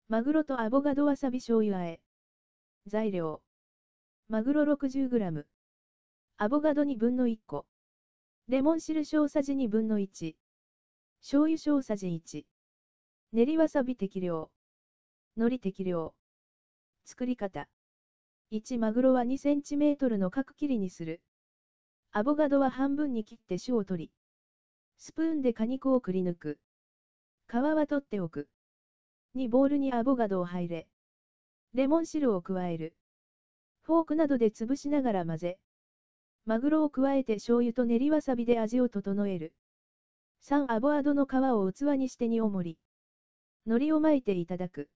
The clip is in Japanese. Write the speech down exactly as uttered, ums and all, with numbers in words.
マグロとアボカドわさび醤油和え。材料。マグロ ろくじゅうグラム。アボカドにぶんのいっこ。レモン汁小さじにぶんのいち。醤油小さじいち。練りわさび適量。海苔適量。作り方。いち. マグロはにセンチメートルの角切りにする。アボカドは半分に切って種を取り。スプーンで果肉をくり抜く。皮は取っておく。に. ボウルにアボカドを入れ。レモン汁を加える。フォークなどで潰しながら混ぜ。マグロを加えて醤油と練りわさびで味を整える。さん. アボカドの皮を器にしてにおもり。海苔を巻いていただく。